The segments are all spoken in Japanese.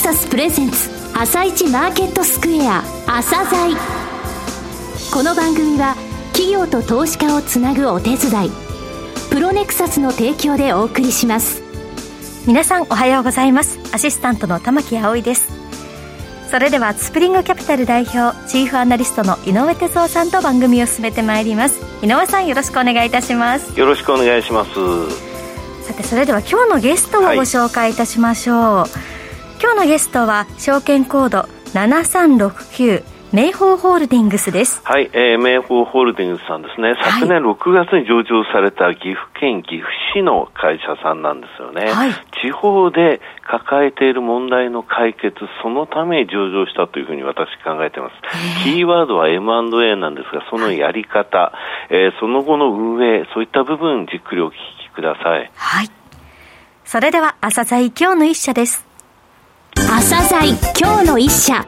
サスプレゼンツ朝一マーケットスクエア朝鮮。この番組は企業と投資家をつなぐお手伝い、プロネクサスの提供でお送りします。 皆さんおはようございます。アシスタントの玉木葵です。それではスプリングキャピタル代表チーフアナリストの井上哲夫さんと番組を進めてまいります。井上さん、よろしくお願いいたします。 よろしくお願いします。 さて、それでは今日のゲストをご紹介いたしましょう。今日のゲストは証券コード7369明豊ホールディングスです。 はい、明豊ホールディングスさんですね。昨年6月に上場された岐阜県岐阜市の会社さんなんですよね。はい、地方で抱えている問題の解決、そのために上場したというふうに私考えています。キーワードは M&A なんですが、そのやり方、その後の運営、そういった部分じっくりお聞きください。 はい。それでは朝鮮今日の一社です。 朝鮮今日の一社。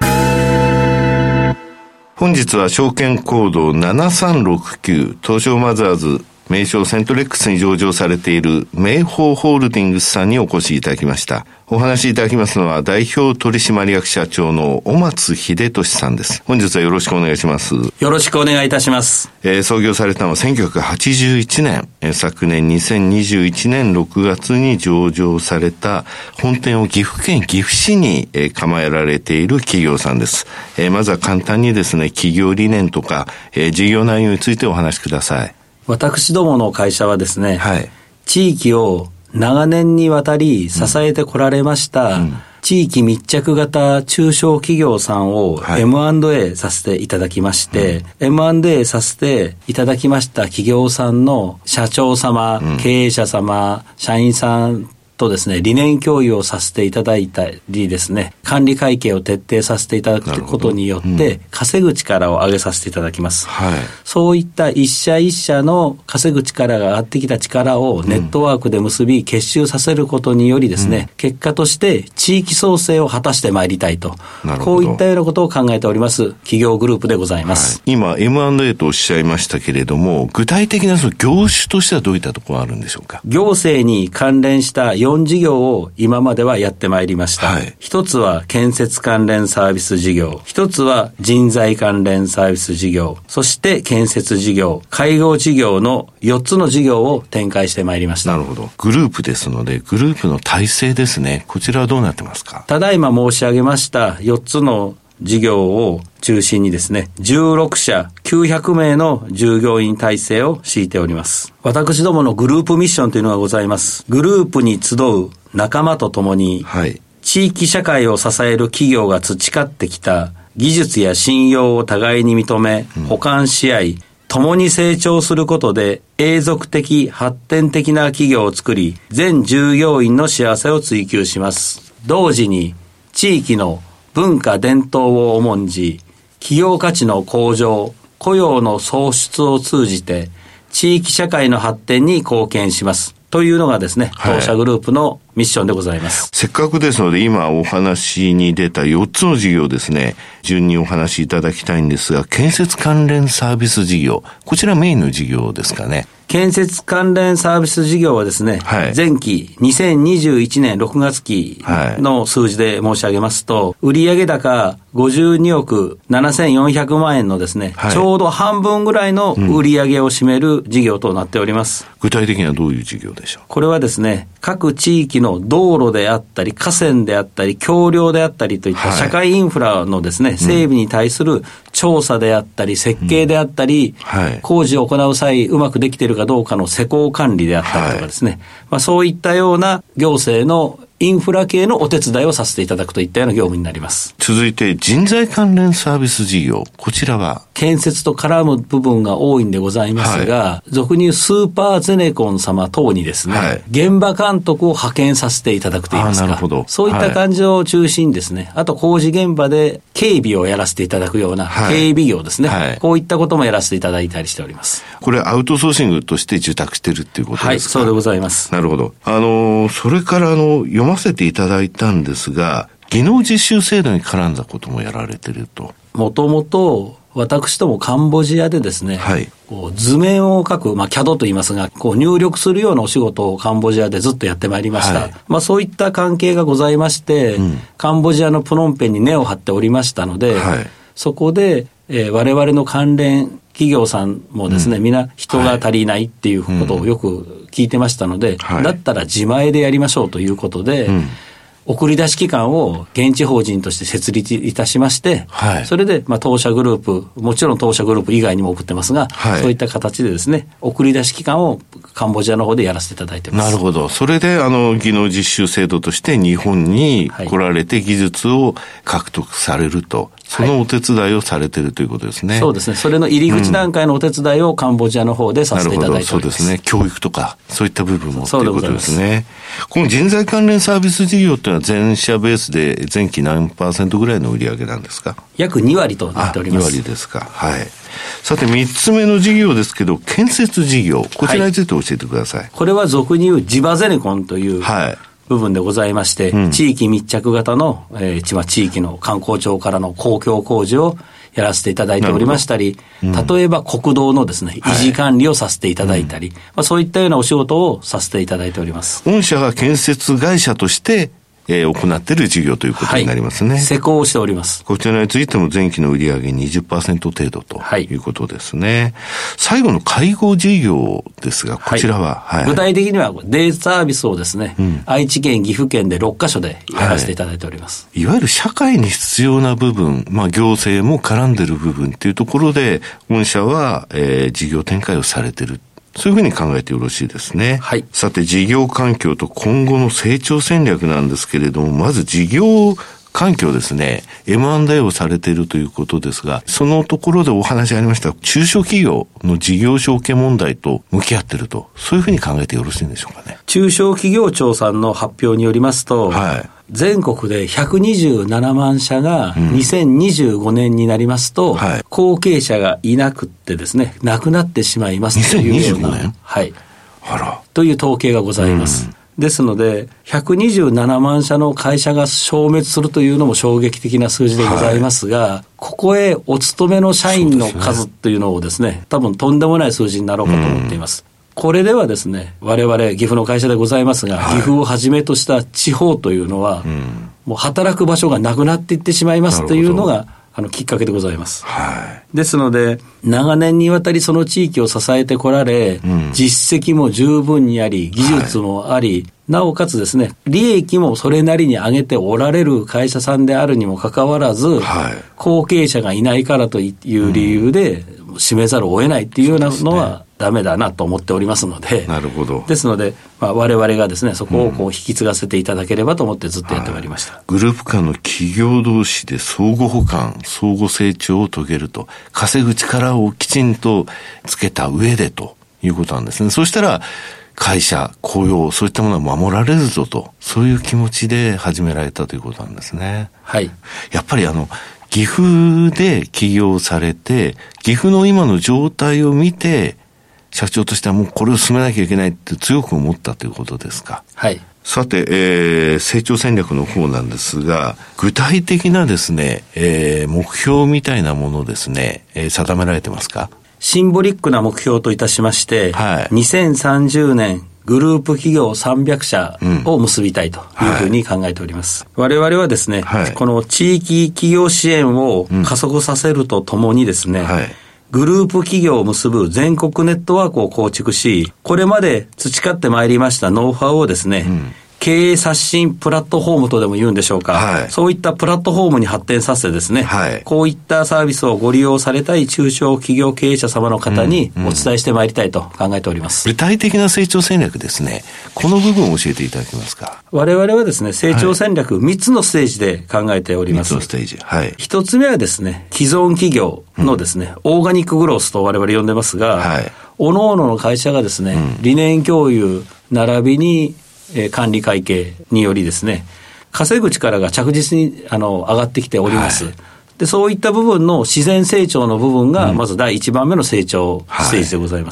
本日は証券コード7369東証マザーズ名称セントレックスに上場されている明豊ホールディングスさんにお越しいただきました。お話しいただきますのは代表取締役社長の小松秀俊さんです。本日はよろしくお願いします。 よろしくお願いいたします。 創業されたのは1981年、昨年2021年6月に上場された本店を岐阜県岐阜市に構えられている企業さんです。まずは簡単にですね、企業理念とか事業内容についてお話しください。 私どもの会社はですね、はい、地域を長年にわたり支えてこられました、地域密着型中小企業さんを M&A させていただきまして、M&A させていただきました企業さんの社長様、経営者様、社員さんとですね、理念共有をさせていただいたりですね、管理会計を徹底させていただくことによって、稼ぐ力を上げさせていただきます。はい、そういった一社一社の稼ぐ力が上がってきた力をネットワークで結び結集させることによりですね、結果として地域創生を果たしてまいりたいと、こういったようなことを考えております企業グループでございます。 はい、今 M&A とおっしゃいましたけれども、具体的なその業種としてはどういったところがあるんでしょうか。 行政に関連した4事業を今まではやってまいりました。はい、一つは建設関連サービス事業、一つは人材関連サービス事業、そして建設事業、介護事業の4つの事業を展開してまいりました。 なるほど。グループですので、グループの体制ですね。こちらはどうなってますか。 ただいま申し上げました4つの事業を中心にですね、16社900名の従業員体制を敷いております。私どものグループミッションというのがございます。グループに集う仲間と共に、はい、地域社会を支える企業が培ってきた技術や信用を互いに認め、補完し合い、共に成長することで永続的発展的な企業を作り、全従業員の幸せを追求します。同時に地域の文化伝統を重んじ、企業価値の向上、雇用の創出を通じて地域社会の発展に貢献しますというのがですね、当社グループのミッションでございます。 せっかくですので今お話に出た4つの事業ですね、順にお話しいただきたいんですが、建設関連サービス事業、こちらメインの事業ですかね。 建設関連サービス事業はですね、はい、前期2021年6月期の数字で申し上げますと、売上高52億7400万円のですね、はい、ちょうど半分ぐらいの売上を占める事業となっております。 具体的にはどういう事業でしょう。 これはですね、各地域の道路であったり河川であったり橋梁であったりといった社会インフラのですね、整備に対する調査であったり設計であったり、工事を行う際うまくできているかどうかの施工管理であったりとかですね、そういったような行政のインフラ系のお手伝いをさせていただくといったような業務になります。 続いて人材関連サービス事業、こちらは建設と絡む部分が多いんでございますが、俗に言うスーパーゼネコン様等にですね、現場監督を派遣させていただくといいますか、そういった感じを中心にですね、あと工事現場で警備をやらせていただくような警備業ですね、こういったこともやらせていただいたりしております。 これアウトソーシングとして受託してるっていうことですか。はい、 そうでございます。 なるほど。それから読ませていただいたんですが、技能実習制度に絡んだこともやられてると。 もともと私どもカンボジアでですね、はい、こう図面を描く、CAD と言いますが、こう入力するようなお仕事をカンボジアでずっとやってまいりました。はい、そういった関係がございまして、カンボジアのプノンペンに根を張っておりましたので、はい、そこで、我々の関連企業さんもですね、皆人が足りないっていうことをよく聞いてましたので、だったら自前でやりましょうということで、送り出し機関を現地法人として設立いたしまして、はい、それで当社グループ、もちろん当社グループ以外にも送ってますが、はい、そういった形でですね、送り出し機関をカンボジアの方でやらせていただいてます。 なるほど。それで技能実習制度として日本に来られて技術を獲得されると、そのお手伝いをされているということですね。 そうですね。それの入り口段階のお手伝いをカンボジアの方でさせていただいております。 そうですね。教育とかそういった部分もということですね。この人材関連サービス事業というのは全社ベースで前期何%ぐらいの売り上げなんですか？ 約2割となっております。 2割ですか。はい。さて3つ目の事業ですけど、建設事業、こちらについて教えてください。 これは俗に言う地場ゼネコンという、部分でございまして、地域密着型の、地域の観光庁からの公共工事をやらせていただいておりましたり、例えば国道のですね、維持管理をさせていただいたり、そういったようなお仕事をさせていただいております。 御社が建設会社として行っている事業ということになりますね。 施工をしております。 こちらについても前期の売上 20% 程度ということですね。最後の介護事業ですが、こちらは、 具体的にはデイサービスをですね、愛知県、岐阜県で6カ所でやらせていただいております。 いわゆる社会に必要な部分、行政も絡んでいる部分というところで、御社は、事業展開をされている。そういうふうに考えてよろしいですね。はい。さて、事業環境と今後の成長戦略なんですけれども、まず事業環境ですね。M&A をされているということですが、そのところでお話ありました、中小企業の事業承継問題と向き合っていると、そういうふうに考えてよろしいんでしょうかね。 中小企業庁さんの発表によりますと、全国で127万社が2025年になりますと、後継者がいなくってですね、なくなってしまいますというような、 2025年？ はい。という統計がございます。ですので、127万社の会社が消滅するというのも衝撃的な数字でございますが、ここへお勤めの社員の数というのをですね、多分とんでもない数字になろうかと思っています。これではですね、我々岐阜の会社でございますが、岐阜をはじめとした地方というのは、もう働く場所がなくなっていってしまいますというのがきっかけでございます。ですので、長年にわたりその地域を支えてこられ、実績も十分にあり、技術もあり、なおかつですね、利益もそれなりに上げておられる会社さんであるにもかかわらず、後継者がいないからという理由で閉めざるを得ないっていうようなのはダメだなと思っておりますので、 なるほど。 ですので、我々がですね、そこを引き継がせていただければと思ってずっとやってまいりました。 グループ間の企業同士で相互補完、相互成長を遂げると、稼ぐ力をきちんとつけた上でということなんですね。そうしたら会社、雇用、そういったものは守られるぞと、そういう気持ちで始められたということなんですね。 はい。 やっぱり岐阜で起業されて、岐阜の今の状態を見て、社長としてはもうこれを進めなきゃいけないって強く思ったということですか。 はい。 さて、成長戦略の方なんですが、具体的なですね、目標みたいなものをですね、定められてますか？ シンボリックな目標といたしまして、2030年グループ企業300社を結びたいというふうに考えております。我々はですね、この地域企業支援を加速させるとともにですね、グループ企業を結ぶ全国ネットワークを構築し、これまで培ってまいりましたノウハウをですね、経営刷新プラットフォームとでも言うんでしょうか、そういったプラットフォームに発展させてですね、こういったサービスをご利用されたい中小企業経営者様の方にお伝えしてまいりたいと考えております。 具体的な成長戦略ですね、この部分を教えていただけますか？ 我々はですね、成長戦略3つのステージで考えております。 3つのステージ。 1つ目はですね、既存企業のですね、オーガニックグロースと我々呼んでますが、各々の会社がですね、理念共有並びに管理会計によりですね、稼ぐ力が着実に上がってきております。で、そういった部分の自然成長の部分がまず第1番目の成長ステージでございます。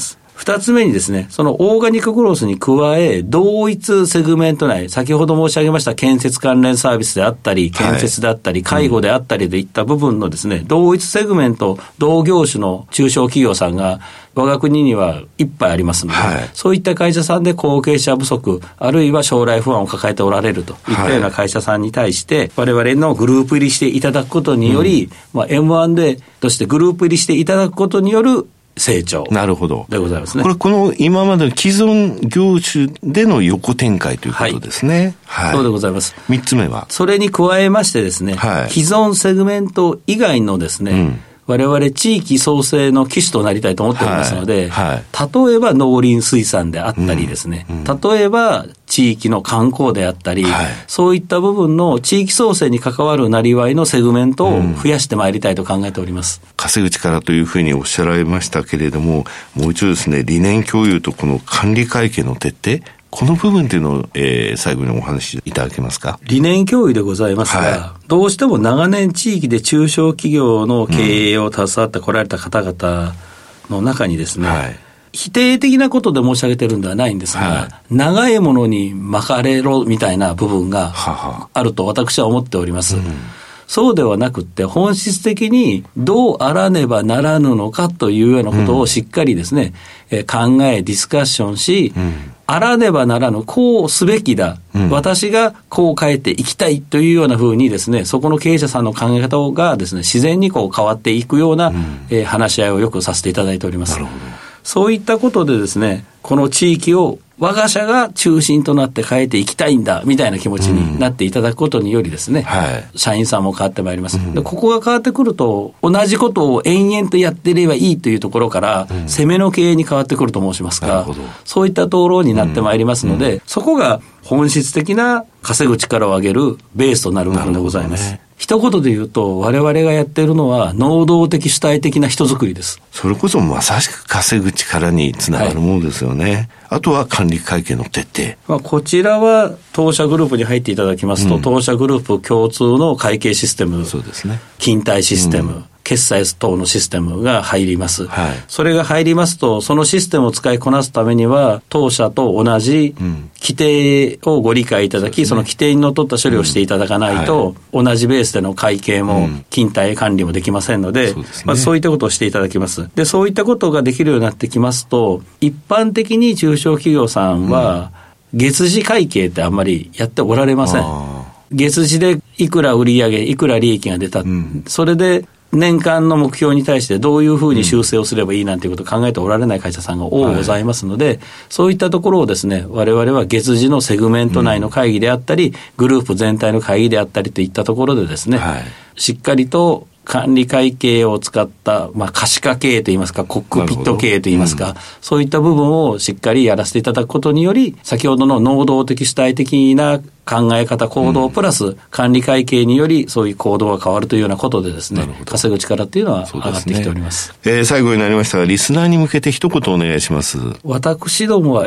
二つ目にですね、そのオーガニックグロースに加え、同一セグメント内、先ほど申し上げました建設関連サービスであったり、建設であったり、介護であったりといった部分のですね、同一セグメント、同業種の中小企業さんが、我が国にはいっぱいありますので、そういった会社さんで後継者不足、あるいは将来不安を抱えておられるといったような会社さんに対して、我々のグループ入りしていただくことにより、M&A としてグループ入りしていただくことによる成長でございますね。 この今までの既存業種での横展開ということですね。 そうでございます。 3つ目はそれに加えましてですね、既存セグメント以外のですね、我々地域創生の基地となりたいと思っておりますので、例えば農林水産であったりですね、例えば地域の観光であったり、そういった部分の地域創生に関わるなりわいのセグメントを増やしてまいりたいと考えております。 稼ぐ力というふうにおっしゃられましたけれども、もう一度ですね、理念共有とこの管理会計の徹底、この部分というのを、最後にお話しいただけますか。 理念共有でございますが、どうしても長年地域で中小企業の経営を携わってこられた方々の中にですね、否定的なことで申し上げてるんではないんですが、長いものに巻かれろみたいな部分があると私は思っております。そうではなくって本質的にどうあらねばならぬのかというようなことをしっかりですね、考えディスカッションし、あらねばならぬ、こうすべきだ、私がこう変えていきたいというようなふうにですね、そこの経営者さんの考え方がですね、自然にこう変わっていくような、話し合いをよくさせていただいております。そういったことでですね、この地域を我が社が中心となって変えていきたいんだみたいな気持ちになっていただくことによりですね、社員さんも変わってまいります。でここが変わってくると、同じことを延々とやっていればいいというところから、攻めの経営に変わってくると申しますか、そういった討論になってまいりますので、そこが本質的な稼ぐ力を上げるベースとなる部分でございます。一言で言うと、我々がやっているのは能動的主体的な人づくりです。 それこそまさしく稼ぐ力につながるものですよね。あとは管理会計の徹底。 こちらは当社グループに入っていただきますと、当社グループ共通の会計システム、 そうですね、 勤怠システム、決済等のシステムが入ります、それが入りますと、そのシステムを使いこなすためには当社と同じ規定をご理解いただき、その規定にのっとった処理をしていただかないと、同じベースでの会計も勤怠管理もできませんので、そういったことをしていただきます。で、そういったことができるようになってきますと、一般的に中小企業さんは月次会計ってあんまりやっておられません。月次でいくら売上、いくら利益が出た、それで年間の目標に対してどういうふうに修正をすればいいなんていうことを考えておられない会社さんが多くございますので、そういったところをですね、我々は月次のセグメント内の会議であったり、グループ全体の会議であったりといったところでですね、しっかりと管理会計を使った、可視化経営といいますか、コックピット経営といいますか、そういった部分をしっかりやらせていただくことにより、先ほどの能動的主体的な考え方、行動プラス管理会計によりそういう行動が変わるというようなことでですね、稼ぐ力っていうのは上がってきております。 最後になりましたが、リスナーに向けて一言お願いします。 私どもは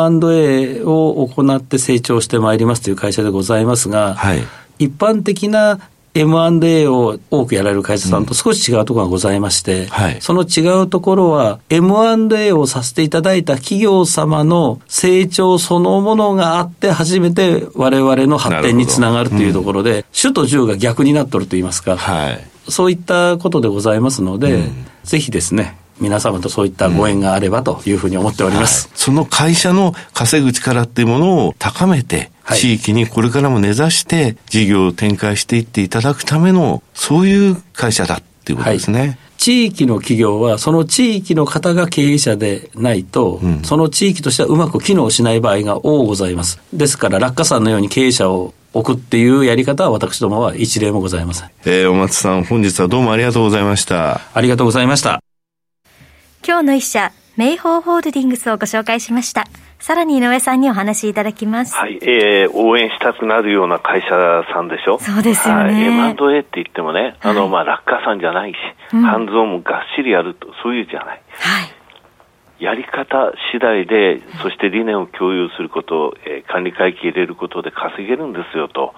M&A を行って成長してまいりますという会社でございますが、一般的なM&A を多くやられる会社さんと少し違うところがございまして、その違うところは M&A をさせていただいた企業様の成長そのものがあって初めて我々の発展につながるというところで、主と従が逆になっとるといいますか、そういったことでございますので、ぜひですね、皆様とそういったご縁があればというふうに思っております。 その会社の稼ぐ力っていうものを高めて、地域にこれからも根ざして事業を展開していっていただくための、そういう会社だっていうことですね。 地域の企業はその地域の方が経営者でないと、その地域としてはうまく機能しない場合が多ございます。ですから落下さんのように経営者を置くっていうやり方は私どもは一例もございません。 お松さん、本日はどうもありがとうございました。 ありがとうございました。 今日の一社、明豊ホールディングスをご紹介しました。さらに井上さんにお話しいただきます。 応援したくなるような会社さんでしょ。 そうですよね。 M&A って言ってもね、落下さんじゃないし、ハンズオンもがっしりやると、そういうじゃない。やり方次第で、そして理念を共有すること、管理会計入れることで稼げるんですよと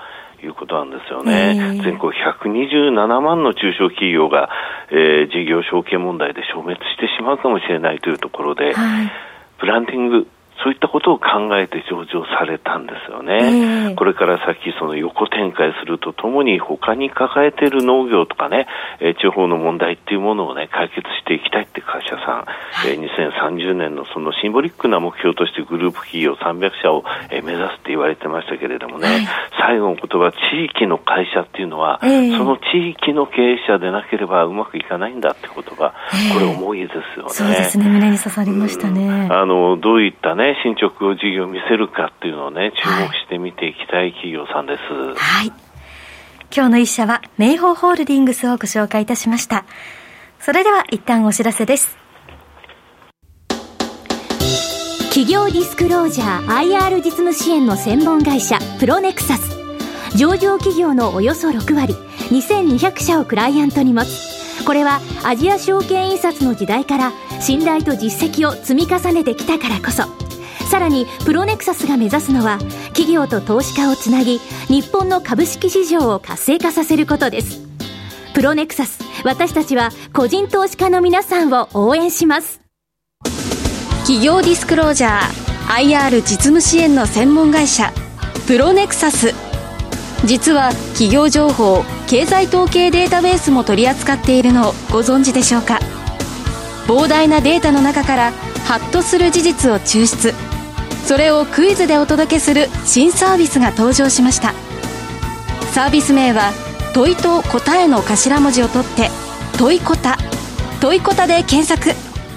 いうことなんですよね。全国127万の中小企業が、事業承継問題で消滅してしまうかもしれないというところで、ブランディング、そういったことを考えて上場されたんですよね。これから先その横展開するとともに他に抱えている農業とかね、地方の問題っていうものをね解決していきたいって会社さん、2030年のそのシンボリックな目標としてグループ企業300社を目指すって言われてましたけれどもね、最後の言葉、地域の会社っていうのは、その地域の経営者でなければうまくいかないんだって言葉、これ重いですよね。 そうですね、胸に刺さりましたね。 どういったね進捗事業を見せるかっていうのをね注目して見ていきたい企業さんです。 はい。今日の一社は明豊ホールディングスをご紹介いたしました。それでは一旦お知らせです。 企業ディスクロージャー IR 実務支援の専門会社プロネクサス。上場企業のおよそ6割2200社をクライアントに持つ。これはアジア証券印刷の時代から信頼と実績を積み重ねてきたからこそ。さらにプロネクサスが目指すのは企業と投資家をつなぎ日本の株式市場を活性化させることです。プロネクサス、私たちは個人投資家の皆さんを応援します。 企業ディスクロージャー IR 実務支援の専門会社プロネクサス。実は企業情報、経済統計データベースも取り扱っているのをご存知でしょうか。膨大なデータの中からハッとする事実を抽出、それをクイズでお届けする新サービスが登場しました。サービス名は問いと答えの頭文字を取って問いこた。問いこたで検索。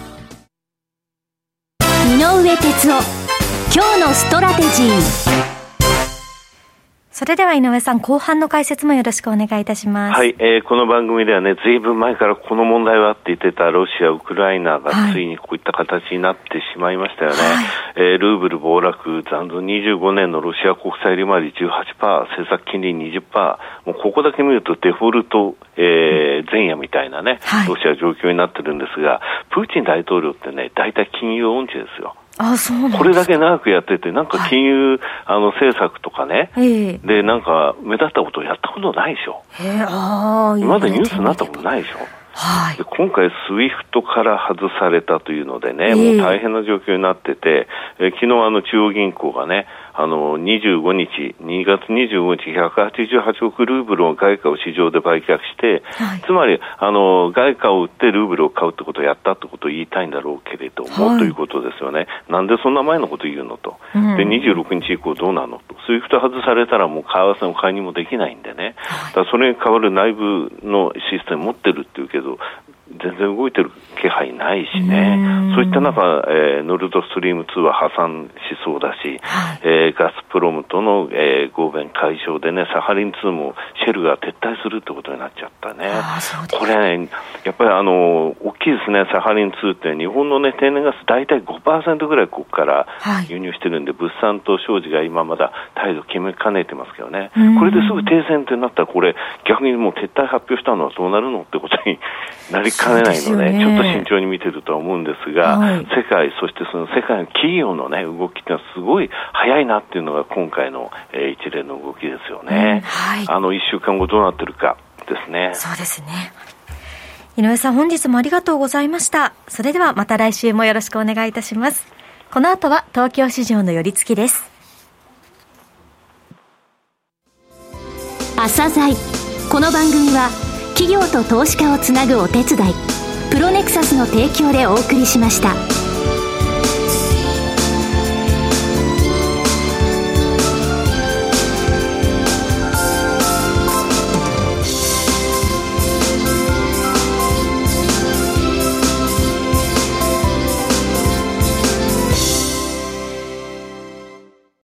井上哲夫、今日のストラテジー。 それでは井上さん、後半の解説もよろしくお願いいたします。 はい、この番組ではね、ずいぶん前からこの問題はって言ってたロシア、ウクライナがついにこういった形になってしまいましたよね。ルーブル暴落、残存25年のロシア国債利回り 18%、政策金利 20%、もうここだけ見るとデフォルト、前夜みたいなね、ロシア状況になってるんですが、プーチン大統領ってね、大体金融音痴ですよ。 そうなんです。 これだけ長くやってて、なんか金融、政策とかね、で、なんか目立ったことをやったことないでしょ。今までニュースになったことないでしょ。で今回スウィフトから外されたというのでね、もう大変な状況になってて、昨日中央銀行がね、25日、2月25日、188億ルーブルの外貨を市場で売却して、つまり、外貨を売ってルーブルを買うってことをやったってことを言いたいんだろうけれども、ということですよね。なんでそんな前のこと言うのと。で、26日以降どうなのと。スイフト外されたらもう為替の介入もできないんでね。だからそれに代わる内部のシステム持ってるっていうけど、全然動いてる気配ないしね。そういった中、ノルドストリーム2は破産しそうだし、ガスプロムとの、合弁解消でね、サハリン2もシェルが撤退するってことになっちゃったね。これね、やっぱり大きいですね。サハリン2って日本のね、天然ガス大体 5% ぐらいここから輸入してるんで、物産と商事が今まだ態度決めかねてますけどね。これですぐ停戦ってなったら、これ逆にもう撤退発表したのはどうなるのってことになりかねないので、ちょっと慎重に見てるとは思うんですが、世界、そしてその世界の企業のね、動きってのはすごい早いなっていうのが今回の、一連の動きですよね。1週間後どうなってるかですね。 そうですね。井上さん、本日もありがとうございました。それではまた来週もよろしくお願いいたします。この後は東京市場の寄り付きです。 朝鮮。この番組は企業と投資家をつなぐお手伝い、プロネクサスの提供でお送りしました。